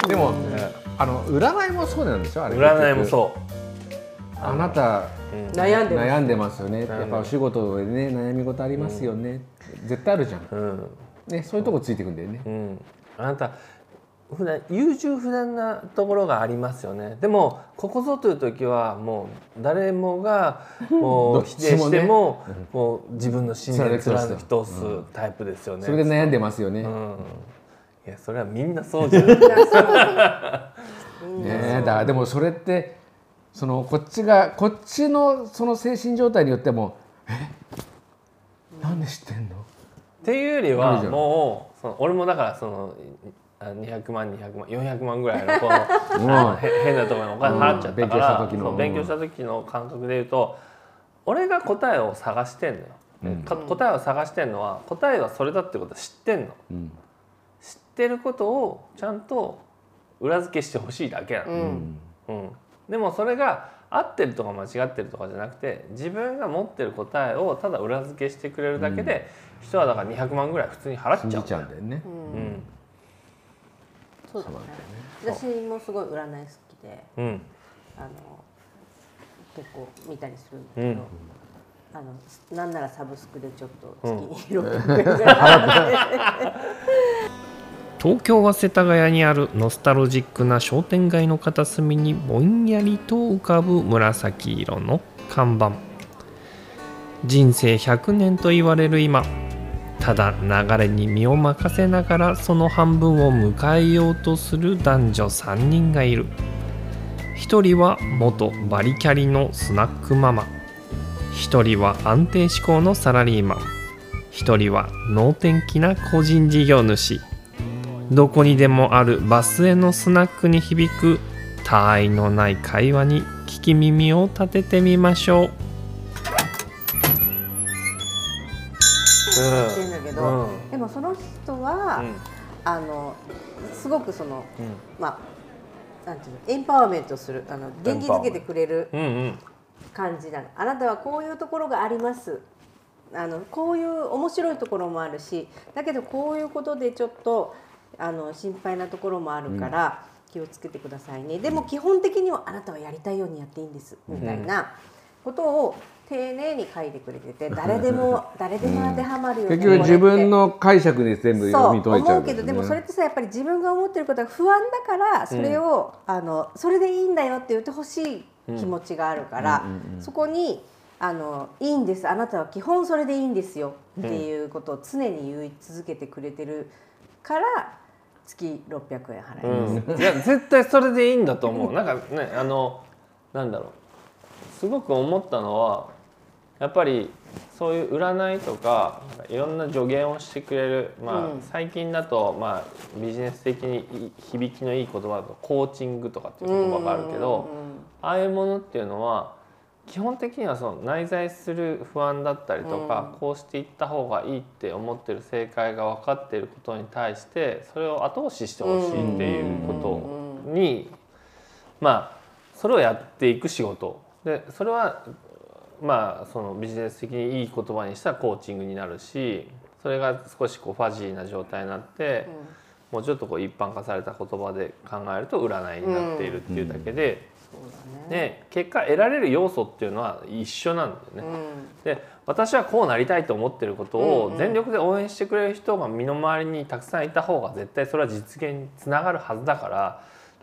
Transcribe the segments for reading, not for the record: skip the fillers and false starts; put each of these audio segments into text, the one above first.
でも占いもそうなんでしょ、あれ。 占いもそう。 あなた悩んでますよね。やっぱお仕事でね悩み事ありますよね。絶対あるじゃん。ね、そういうとこついてくんだよね。 あなた普段優柔不断なところがありますよね。でもここぞという時はもう誰もがもう否定してももう自分の信念貫き通すタイプですよね。 それで悩んでますよね。 いやそれはみんなそうじゃん。 ね、だでもそれってこっちのその精神状態によってもなんで知ってんのっていうよりはもう俺もだから200万400万ぐらいの変なところにお金払っちゃったから勉強した時の感覚で言うと俺が答えを探してんのよ。答えを探してんのは答えはそれだってことは知ってんの。知ってることをちゃんと裏付けしてほしいだけなの。でもそれが合ってるとか間違ってるとかじゃなくて自分が持ってる答えをただ裏付けしてくれるだけで人はだから200万ぐらい普通に払っちゃうんだよね。 そうだね。私もすごい占い好きで、結構見たりするんだけど、なんならサブスクでちょっと月に600円ぐらい。 東京は世田谷にあるノスタルジックな商店街の片隅にぼんやりと浮かぶ紫色の看板。人生100年と言われる今、ただ流れに身を任せながらその半分を迎えようとする男女3人がいる。一人は元バリキャリのスナックママ、一人は安定志向のサラリーマン、一人は能天気な個人事業主。どこにでもあるバスへのスナックに響く他愛のない会話に聞き耳を立ててみましょう。 ってんだけど、でもその人は、すごくまあなんていうの、エンパワーメントする元気づけてくれる感じなの。あなたはこういうところがあります。こういう面白いところもあるし、だけどこういうことでちょっと心配なところもあるから気をつけてくださいね。でも基本的にはあなたはやりたいようにやっていいんですみたいなことを丁寧に書いてくれてて、誰でも当てはまるように、 結局自分の解釈で全部読み解いちゃう。 そう思うけど、でもそれってさ、やっぱり自分が思ってることが不安だからそれをそれでいいんだよって言ってほしい気持ちがあるから、そこにいいんです、あなたは基本それでいいんですよっていうことを常に言い続けてくれてるから月600円払います。 いや絶対それでいいんだと思う。なんかね、なんだろう、すごく思ったのはやっぱりそういう占いとかいろんな助言をしてくれる、最近だとビジネス的に響きのいい言葉だとコーチングとかっていう言葉があるけど、ああいうものっていうのは基本的には内在する不安だったりとか、こうしていった方がいいって思ってる正解が分かっていることに対してそれを後押ししてほしいっていうことに、それをやっていく仕事で、それはそのビジネス的にいい言葉にしたらコーチングになるし、それが少しファジーな状態になって、もうちょっと一般化された言葉で考えると占いになっているっていうだけで。で結果得られる要素っていうのは一緒なんだよね。で私はこうなりたいと思ってることを全力で応援してくれる人が身の回りにたくさんいた方が絶対それは実現につながるはずだから、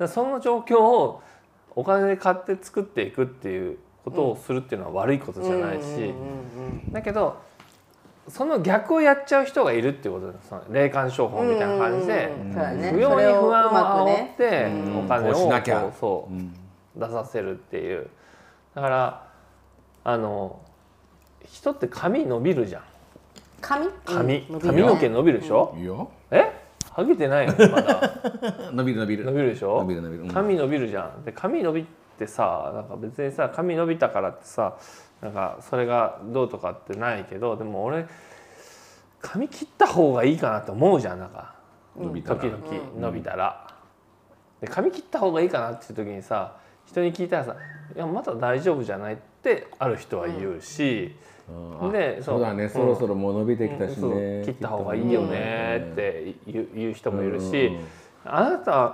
その状況をお金で買って作っていくっていうことをするっていうのは悪いことじゃないし、だけどその逆をやっちゃう人がいるっていうことです。霊感商法みたいな感じで不要に不安を煽ってお金を出させるっていう。だから人って髪伸びるじゃん。髪の毛伸びるでしょ。ハゲてないよねまだ。 伸びるでしょ。髪伸びるじゃん。で髪伸びってさ、なんか別にさ髪伸びたからってさなんかそれがどうとかってないけど、でも俺髪切った方がいいかなって思うじゃん。なんか時々伸びたら、で髪切った方がいいかなっていう時にさ、人に聞いたらさ「いやまだ大丈夫じゃない」ってある人は言うし、 でそうだね、そろそろもう伸びてきたしね、 切った方がいいよねって言う人もいるし、あなた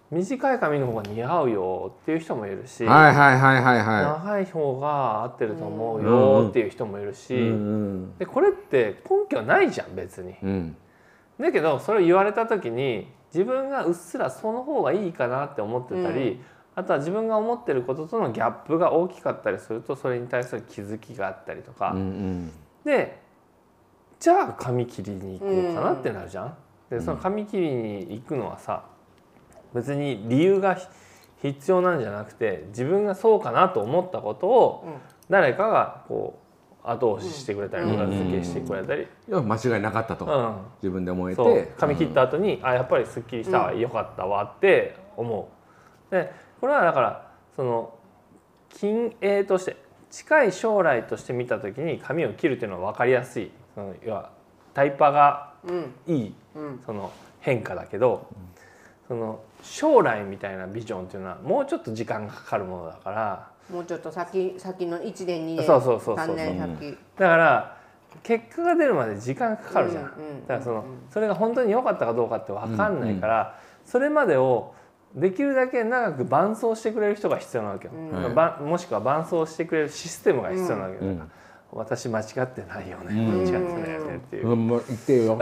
短い髪の方が似合うよっていう人もいるし、 はいはいはいはいは長い方が合ってると思うよっていう人もいるし、でこれって根拠ないじゃん別に。だけどそれを言われた時に自分がうっすらその方がいいかなって思ってたり、あとは自分が思ってることとのギャップが大きかったりするとそれに対する気づきがあったりとか、でじゃあ髪切りに行こうかなってなるじゃん。でその髪切りに行くのはさ別に理由が必要なんじゃなくて自分がそうかなと思ったことを誰かがこう後押ししてくれたり裏付けしてくれたり、 間違いなかったと、自分で思えそうて髪切った後にやっぱりすっきりしたわ、よかったわって思う。でこれはだからその近影として近い将来として見た時に髪を切るっていうのは分かりやすい、その要はタイパがいい、その変化だけど、その将来みたいなビジョンっていうのはもうちょっと時間がかかるものだから、 もうちょっと先の1年2年 3 年先だから結果が出るまで時間かかるじゃん。だからそれが本当に良かったかどうかって分かんないから、それまでをできるだけ長く伴走してくれる人が必要なわけよ、もしくは伴走してくれるシステムが必要なわけよ、私間違ってないよね、間違ってないよねっていう。 言ってよ。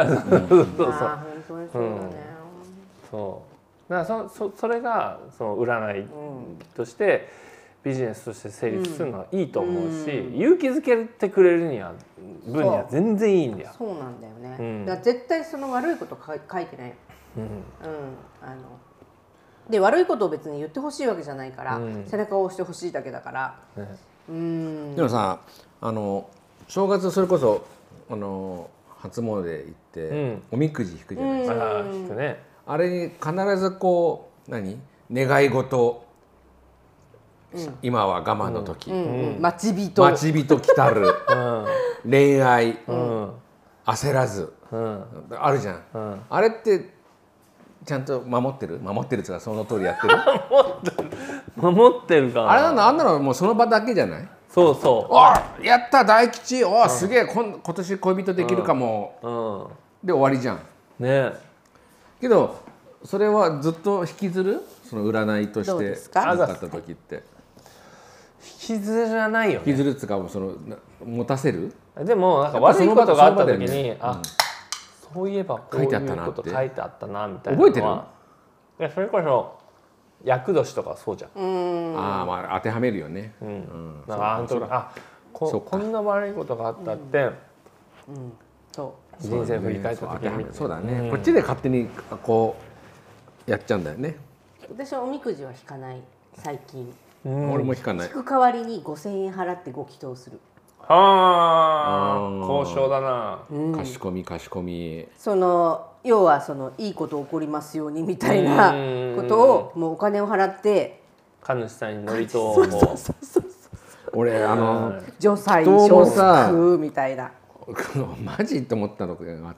そうだからそれがその占いとしてビジネスとして成立するのはいいと思うし、勇気づけてくれるには分には全然いいんだよ。 そうなんだよね、だから絶対その悪いこと書いてない。で悪いことを別に言ってほしいわけじゃないから、背中を押してほしいだけだから、 でもさ正月それこそ初詣行って、おみくじ引くじゃないですか。 引くね。 あれに必ずこう願い事、今は我慢の時、 待ち人来たる、恋愛、焦らず、あるじゃん、あれってちゃんと守ってるっていうかその通りやってる守ってるかな。 あれあんなのもうその場だけじゃない？ そうそう。 やった大吉、すげえ今年恋人できるかも、で終わりじゃんね。 けどそれはずっと引きずる、その占いとしてなかった時って引きずらないよね。 引きずるっていうかその持たせる。 でもなんか悪いことがあった時にそういえばこういうこと書いてあったなみたいなのは覚えてる？ いやそれこそ厄年とかそうじゃん。 当てはめるよね。 こんな悪いことがあったって人生振り返った時にそうだね、こっちで勝手にこうやっちゃうんだよね。 私はおみくじは引かない最近。 俺も引かない。 引く代わりに5000円払ってご祈祷する。 交渉だな。 かしこみ要はいいこと起こりますようにみたいなことをもうお金を払って神主さんに祝詞を俺除災消福みたいなマジと思ったのがあって、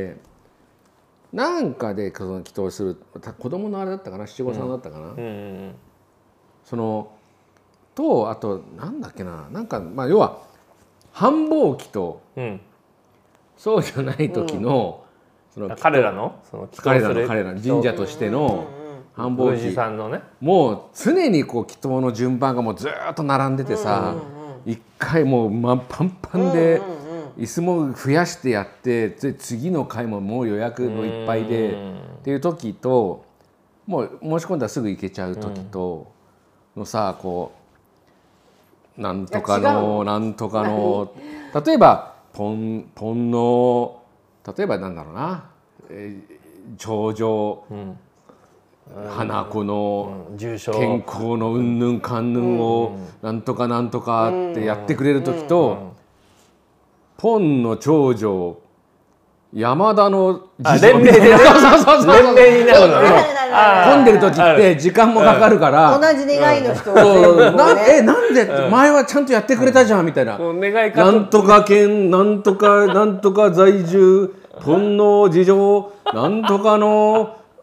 なんかでその祈祷する子供のあれだったかな、七五三だったかな、そのとあとなんだっけな、なんか要は繁忙期と、そうじゃない時の、 彼らの神社としての繁忙期さんのね、 もう常にこう祈祷の順番がもうずっと並んでてさ、一回もうパンパンで椅子も増やしてやって、次の回ももう予約のいっぱいでっていう時と、もう申し込んだらすぐ行けちゃう時とのさ、こうなんとかの例えばポンの例えばなんだろうな、長女、花子の健康のうんぬんかんぬんをなんとかなんとかってやってくれる時と、ポンの長女山田の連名になるのね。 混んでる時って時間もかかるから同じ願いの人なんで前はちゃんとやってくれたじゃんみたいな、なんとか県なんとか在住ポンの事情なんとかの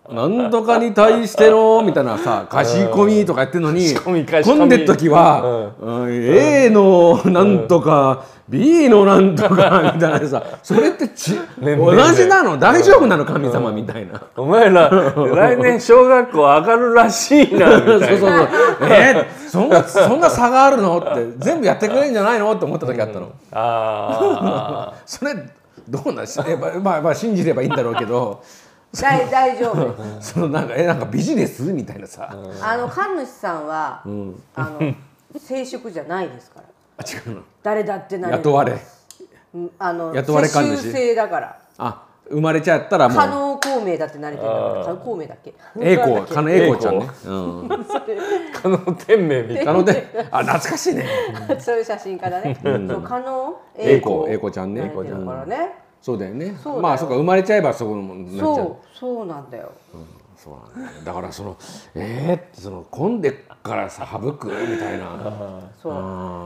なんとかに対してのみたいなさ、かしこみとかやってるのに、混んでる時は、A のなんとか B のなんとかみたいなさ、それって同じなの大丈夫なの神様みたいな。 お前ら来年小学校上がるらしいなみたいな。 そんな差があるのって全部やってくれるんじゃないのって思った時あったの。それどうなんまあ信じればいいんだろうけど。 大丈夫。 そのなんかビジネスみたいなさ。 神主さんは正職じゃないですから。 違うの。 誰だってなれる。 雇われ。 雇われ神主。世襲制だから。 生まれちゃったらもう。 加納孔明だってなれてるんだから。加納孔明だっけ。 加納栄子ちゃんね。 加納天明みたいな。 懐かしいね。 そういう写真家だね。加納栄子ちゃんね。 だからね。 そうだよね。まあそうか生まれちゃえばそこのもんなっちゃう。 そうなんだよ。 そうなんだよ。だからその混んでからさ省くみたいな。 そう。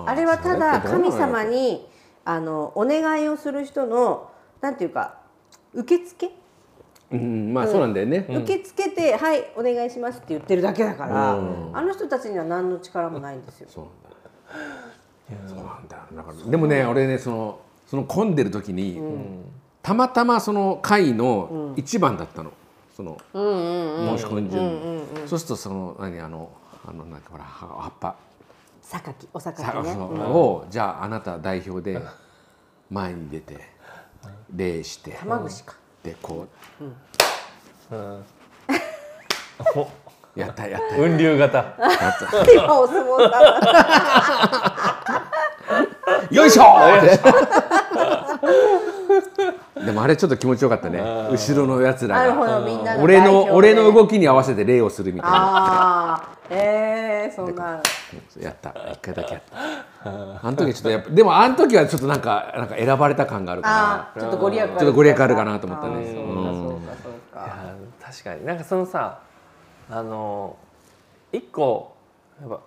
あれはただ神様にお願いをする人のなんていうか受付。 まあそうなんだよね。 受け付けてはいお願いしますって言ってるだけだから、あの人たちには何の力もないんですよ。 そうなんだよ。だからでもね俺ねその混んでる時に、たまたまその会の一番だったの、その申し込ん順、そうするとそのなんかほら葉っぱお榊ねをじゃああなた代表で前に出て礼して玉串かでこうやった雲流型今お相撲さんよいしょでもあれちょっと気持ちよかったね。後ろのやつらが俺の動きに合わせて礼をするみたいな。 そんなやった一回だけやった。あの時ちょっとやっぱでもあの時はちょっとなんか選ばれた感があるからちょっとご利益あるかなと思ったね。 そうか確かになんかそのさ一個やっぱ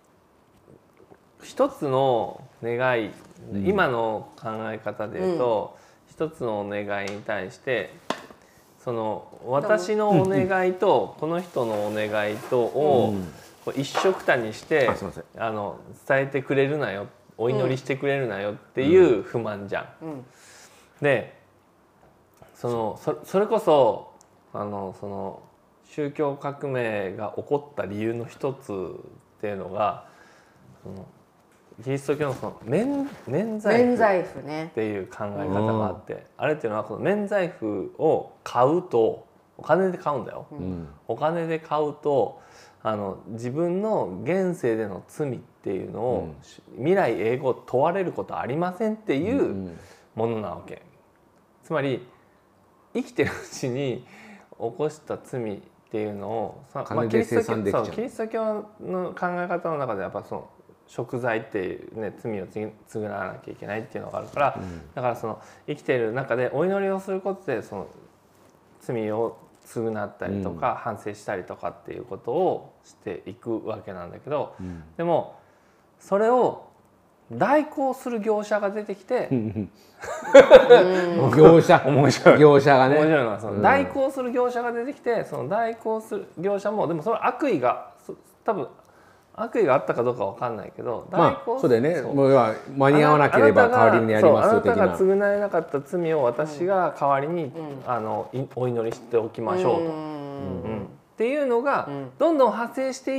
一つの願い、今の考え方でいうと、一つのお願いに対してその私のお願いとこの人のお願いとを一緒くたにして伝えてくれるなよ、お祈りしてくれるなよっていう不満じゃん。でそれこそその宗教革命が起こった理由の一つっていうのがキリスト教のその免罪符っていう考え方があって、あれっていうのはこの免罪符を買うとお金で買うんだよ。お金で買うと自分の現世での罪っていうのを未来永劫問われることはありませんっていうものなわけ。つまり生きてるうちに起こした罪っていうのをキリスト教の考え方の中でやっぱその贖罪っていうね罪を償わなきゃいけないっていうのがあるから、だからその生きている中でお祈りをすることでその罪を償ったりとか反省したりとかっていうことをしていくわけなんだけど、でもそれを代行する業者が出てきて業者がね面白いのはその代行する業者が出てきて、その代行する業者もでもその悪意が多分悪意があったかどうかわかんないけど、 そうだよね。もう間に合わなければ代わりにやりますよ的な。 あなたが償えなかった罪を私が代わりにお祈りしておきましょうと、っていうのがどんどん派生していって、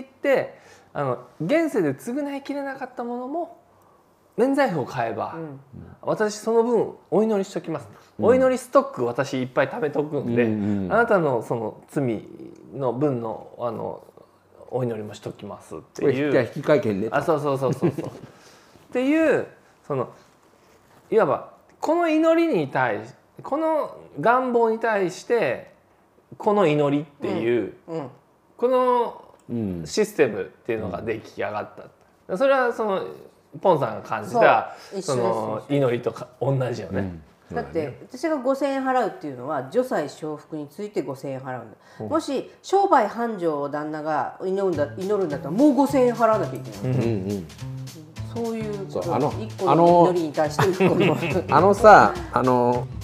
現世で償いきれなかったものも免罪符を買えば、私その分お祈りしておきます、お祈りストック私いっぱい食べとくんで、あなたのその罪の分のお祈りもしときますっていう。 引換券ね。 そうっていうそのいわばこの祈りに対しこの願望に対してこの祈りっていう、このシステムっていうのが出来上がった。それはそのポンさんが感じたその祈りとか同じよね。 だって私が5,000円払うっていうのは除災承服について5,000円払うんだ、もし商売繁盛を旦那が祈るんだったらもう5,000円払わなきゃいけない、そういうこと1個の祈りに対して1個のさ